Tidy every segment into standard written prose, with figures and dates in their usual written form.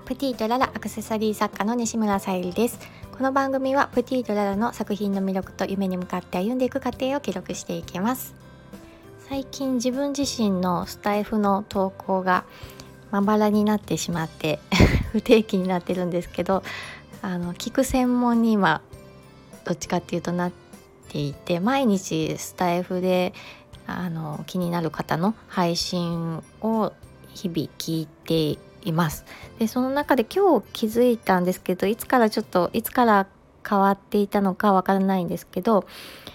プティとララアクセサリー作家の西村さゆりです。この番組はプティとララの作品の魅力と夢に向かって歩んでいく過程を記録していきます。最近自分自身のスタイフの投稿がまばらになってしまって不定期になってるんですけど、聞く専門に今どっちかっていうとなっていて、毎日スタイフで気になる方の配信を日々聞いています。でその中で今日気づいたんですけど、いつから変わっていたのかわからないんですけど、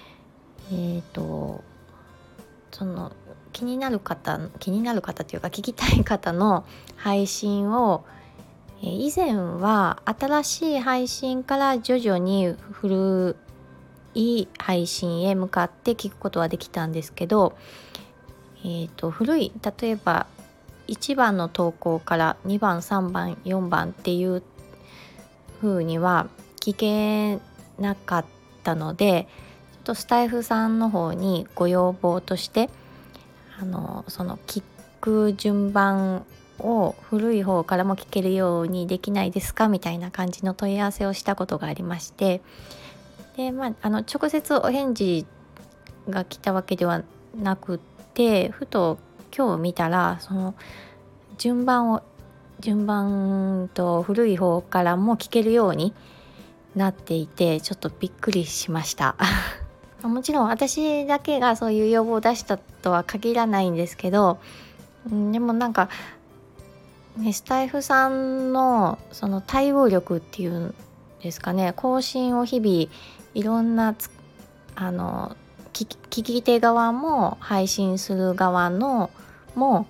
その気になる方というか聞きたい方の配信を、以前は新しい配信から徐々に古い配信へ向かって聞くことはできたんですけど、古い例えば1番の投稿から2番3番4番っていう風には聞けなかったので、ちょっとスタイフさんの方にご要望としてその聞く順番を古い方からも聞けるようにできないですかみたいな感じの問い合わせをしたことがありまして、で、直接お返事が来たわけではなくって、ふと今日見たらその順番と古い方からも聞けるようになっていて、ちょっとびっくりしましたもちろん私だけがそういう要望を出したとは限らないんですけど、でもなんか、スタイフさんのその対応力っていうんですかね、更新を日々いろんな聞き手側も配信する側のも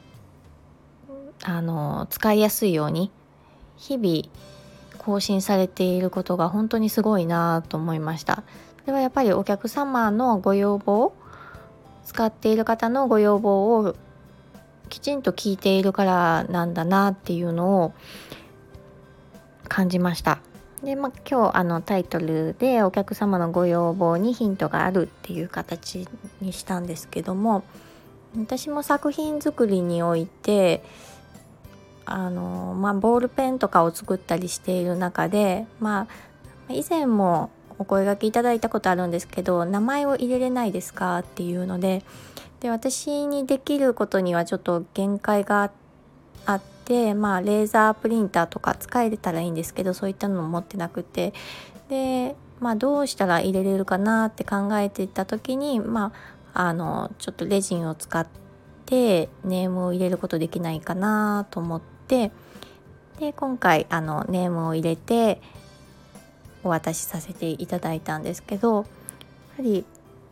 使いやすいように日々更新されていることが本当にすごいなと思いました。それはやっぱりお客様のご要望、使っている方のご要望をきちんと聞いているからなんだなっていうのを感じました。で、今日タイトルでお客様のご要望にヒントがあるっていう形にしたんですけども、私も作品作りにおいてボールペンとかを作ったりしている中で、以前もお声掛けいただいたことあるんですけど、名前を入れれないですかっていうので、私にできることにはちょっと限界があって、レーザープリンターとか使えれたらいいんですけど、そういったのも持ってなくて、で、どうしたら入れれるかなって考えていた時に、ちょっとレジンを使ってネームを入れることできないかなと思って、で今回ネームを入れてお渡しさせていただいたんですけど、やはり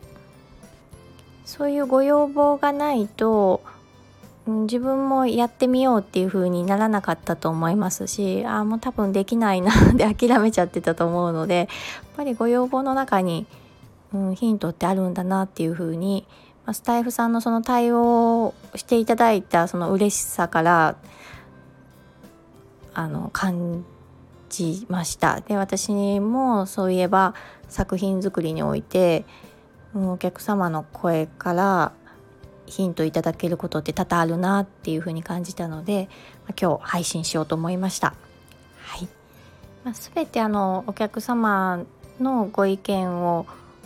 そういうご要望がないと自分もやってみようっていう風にならなかったと思いますし、もう多分できないなって諦めちゃってたと思うので、やっぱりご要望の中に、ヒントってあるんだなっていう風に、スタイフさんのその対応をしていただいたその嬉しさから感じました。で、私もそういえば作品作りにおいて、お客様の声からヒントいただけることって多々あるなっていうふうに感じたので、今日配信しようと思いました。はい。全てお客様のご意見を、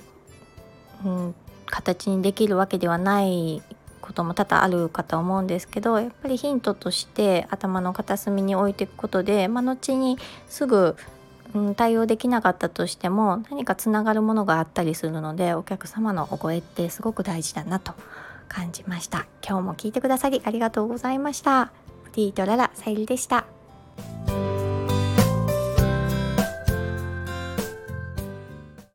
形にできるわけではないことも多々あるかと思うんですけど、やっぱりヒントとして頭の片隅に置いていくことで、後にすぐ、対応できなかったとしても何かつながるものがあったりするので、お客様のお声ってすごく大事だなと感じました。今日も聞いてくださりありがとうございました。プティとララさゆりでした。